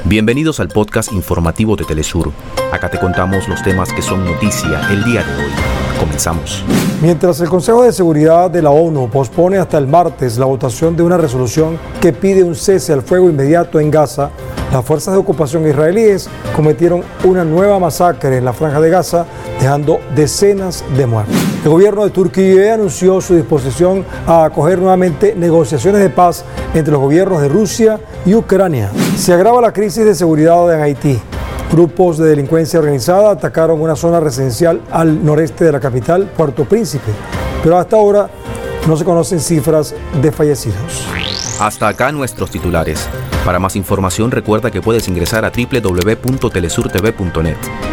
Bienvenidos al podcast informativo de Telesur. Acá te contamos los temas que son noticia el día de hoy. Comenzamos. Mientras el Consejo de Seguridad de la ONU pospone hasta el martes la votación de una resolución que pide un cese al fuego inmediato en Gaza, las fuerzas de ocupación israelíes cometieron una nueva masacre en la franja de Gaza, dejando decenas de muertos. El gobierno de Turquía anunció su disposición a acoger nuevamente negociaciones de paz entre los gobiernos de Rusia y Ucrania. Se agrava la crisis de seguridad en Haití. Grupos de delincuencia organizada atacaron una zona residencial al noreste de la capital, Puerto Príncipe, pero hasta ahora no se conocen cifras de fallecidos. Hasta acá nuestros titulares. Para más información recuerda que puedes ingresar a www.telesurtv.net.